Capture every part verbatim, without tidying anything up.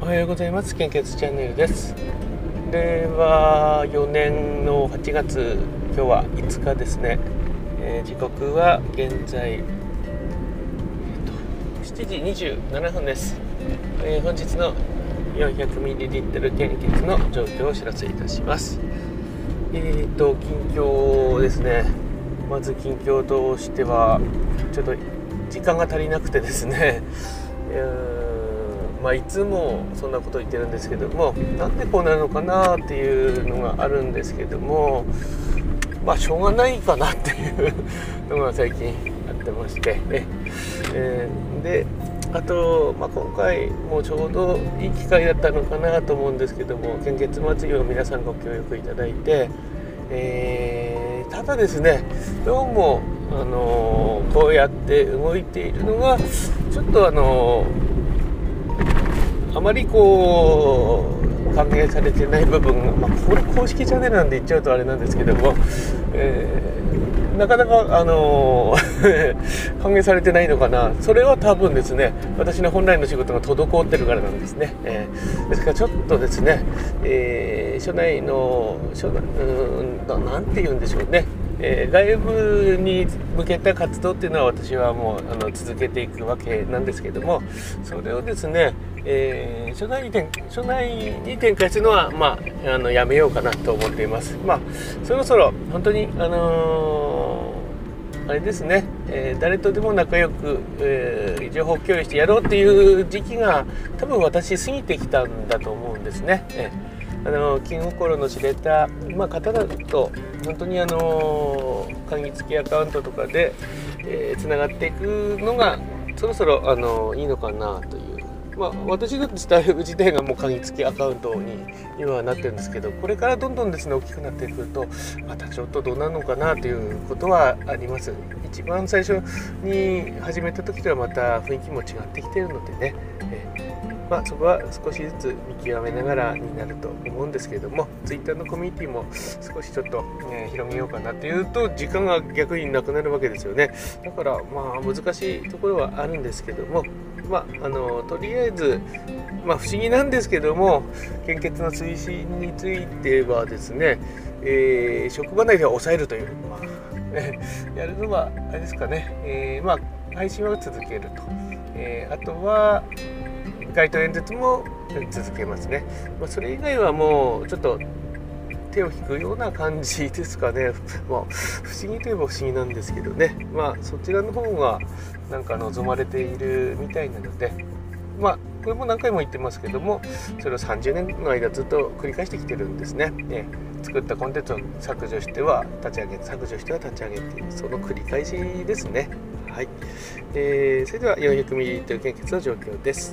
おはようございます。献血チャンネルです。れいわよねんのはちがつ、今日はいつかですね。えー、時刻は現在、えー、としちじにじゅうななふんです。えー、本日の よんひゃくミリリットル 献血の状況をお知らせいたします。えーと近況ですね。まず近況としてはちょっと時間が足りなくてですね、えーまあ、いつもそんなこと言ってるんですけども、なんでこうなるのかなっていうのがあるんですけども、まあしょうがないかなっていうのが最近あってましてね、えー、であと、まあ、今回もちょうどいい機会だったのかなと思うんですけども、献血祭りを皆さんご協力いただいて、えー、ただですね、どうも、あのー、こうやって動いているのがちょっとあのーあまりこう歓迎されてない部分が、まあ、これ公式チャンネルなんで言っちゃうとあれなんですけども、えー、なかなか、あのー、歓迎されてないのかな。それは多分ですね、私の本来の仕事が滞ってるからなんですね。えー、ですからちょっとですね、えー、署内の署内うんなんて言うんでしょうね、えー、外部に向けた活動っていうのは私はもうあの続けていくわけなんですけども、それをですね、えー、署内に展署内に展開するのは、まあ、あのやめようかなと思っています。まあ、そろそろ本当に、あのー、あれですね、えー、誰とでも仲良く、えー、情報共有してやろうっていう時期が多分私過ぎてきたんだと思うんですね。えー、あの気心の知れた、まあ、方だと本当にあの鍵付きアカウントとかでつな、えー、がっていくのがそろそろあのいいのかなという。まあ、私だってスタイル自体がもう鍵付きアカウントに今はなってるんですけど、これからどんどんですね大きくなってくるとまたちょっとどうなるのかなということはあります。一番最初に始めた時とはまた雰囲気も違ってきているのでね、えまあ、そこは少しずつ見極めながらになると思うんですけれども、ツイッターのコミュニティも少しちょっと、えー、広げようかなっていうと時間が逆になくなるわけですよね。だからまあ難しいところはあるんですけども、まあ、あのとりあえず、まあ、不思議なんですけども、献血の推進についてはですね、えー、職場内では抑えるという、まあ、やるのはあれですかね、えーまあ、配信は続けると、えー、あとは街頭演説も続けますね。まあ、それ以外はもうちょっと手を引くような感じですかね。まあ、不思議といえば不思議なんですけどね、まあ、そちらの方がなんか望まれているみたいなので、まあ、これも何回も言ってますけども、それをさんじゅうねんの間ずっと繰り返してきてるんですね。ね、作ったコンテンツを削除しては立ち上げ、削除しては立ち上げっていう、その繰り返しですね。はい、えー、それでは よんひゃくミリリットル 献血の状況です。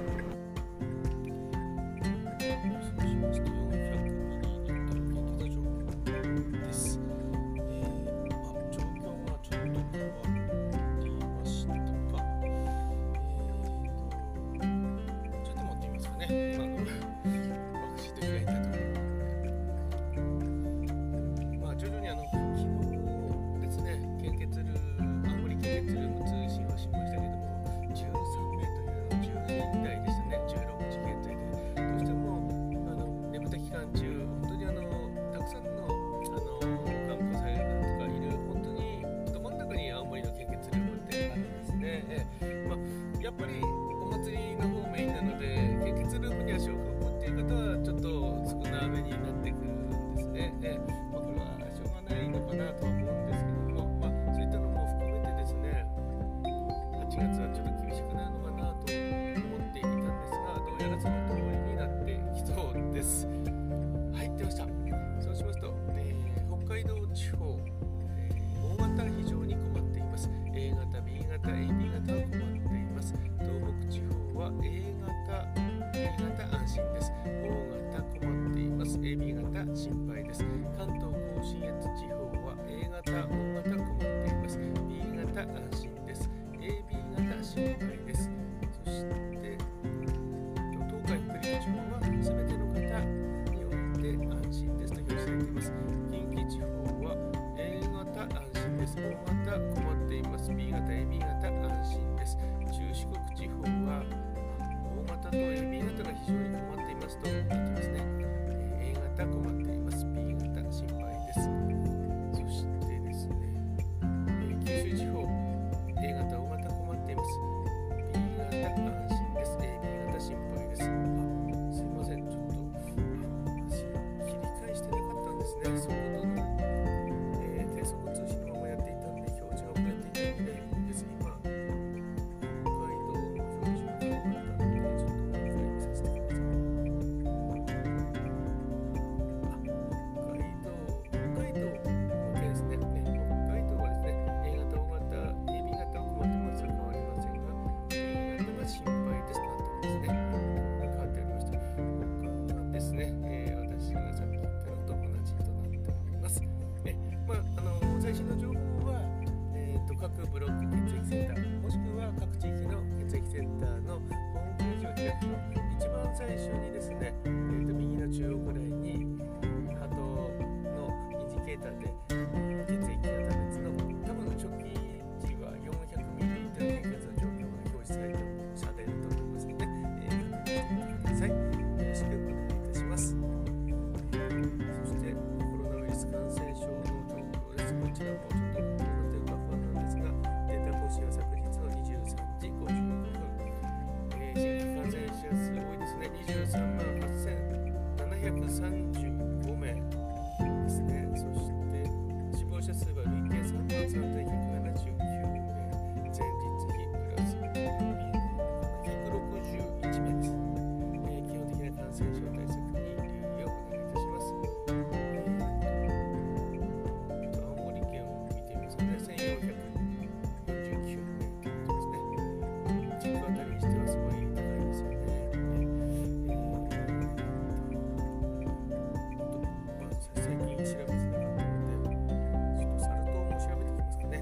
やっぱりお祭りの方メインなので、献血ルームに足を運ぶっていう方はちょっと少なめになってくるんですね。で、まあ、これはしょうがないのかなとは思うんですけども、まあ、そういったのも含めてですね、はちがつはちょっと厳しくなるのかなと思っていたんですが、どうやらその通りになってきそうです。はい、出ました。そうしますと、えー、北海道地方、えー、大型非常に困っています。A 型、B 型、エービー 型は困っています。東北地方は A 型、B 型安心です。O 型困っています。エービー 型心配です。関東甲信越地方は A 型、O 型困っています。B 型安心です。エービー 型心配です。そして東海北陸地方はすべての方において安心ですと表示されています。近畿地方は A 型安心です。O 型困っています。B 型、エービー 型安心です。中四国地方は O 型と エービー 型が非常に困ってひゃくさんじゅうごめいですね。そして死亡者数は累計さんまんさんぜんひゃくななじゅうきゅうめい、前日比プラスひゃくろくじゅういちめいです。えー、基本的な感染症対策に留意をお願いいたします。えー、青森県を見てみますとね、せんよんひゃくよんじゅうきゅうめいということですね。地区あたりにしてはすごい高いですよね。最近調べてなかったので、ちょっとサル痘も調べてきますかね。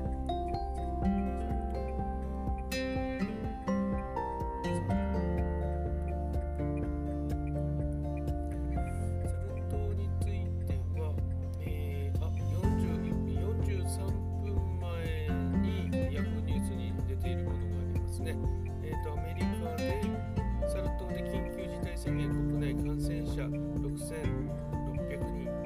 サル痘については、えー、あよんじゅう、よんじゅうさんぷんまえにヤフーニュースに出ているものがありますね。えーと、アメリカでサル痘で緊急事態宣言、国内感染者ろくせんろっぴゃくにん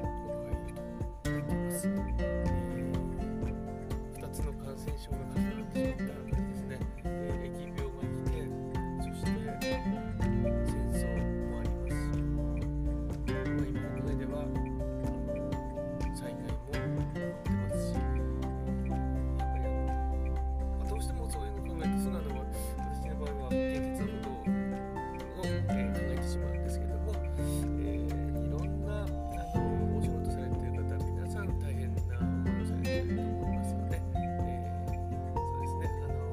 ふたつの感染症が重なってしまった感じですね。えー、疫病が来て、そして戦争もありますし、まあ、今国内では災害も起ってますし、やっぱりあの、まあ、どうしてもそういうのを考えて、そのあの私の場合は献血のことを、えー、考えてしまうんですけども、えー、いろんなあのお仕事されている方、皆さん大変な思いをされていると思いますので、えー、そうですね、あの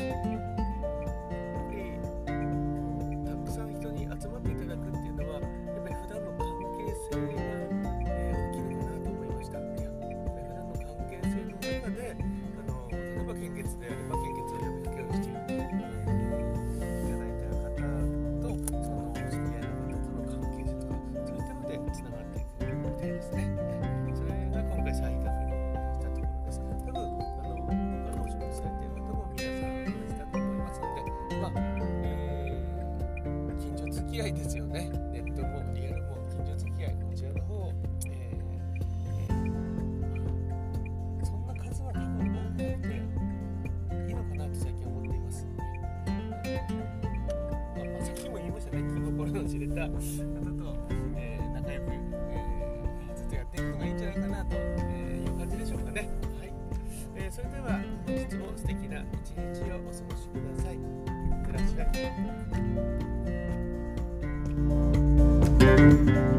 やっぱりたくさん人に集まっていただくっていうのは、やっぱり普段の関係性が、えー、大きいのかなと思いました。いや、やっぱり普段の関係性の中で、あの例えば献血であれば献血を呼びかけをしていただいた方と、その知り合いの方との関係性とか、そういったのでつながっていくみたいですね。それが今回再確認したところです。多分あの他のお仕事されている方も皆さん同じだと思いますので、まあ、えー、近所付き合いですよね。ネットもリアルも近所付き合い、こちらの方を、えーえー、そんな数は多分多くなくていいのかなと最近思っています。まあまあ、さっきも言いましたね、気心の知れた方と、えー、仲良く、えー、ずっとやっていくのがいいんじゃないかなと、えー、いう感じでしょうかね。はい、えー、それでは本日も素敵な一日をお過ごしください。いってらっしゃい。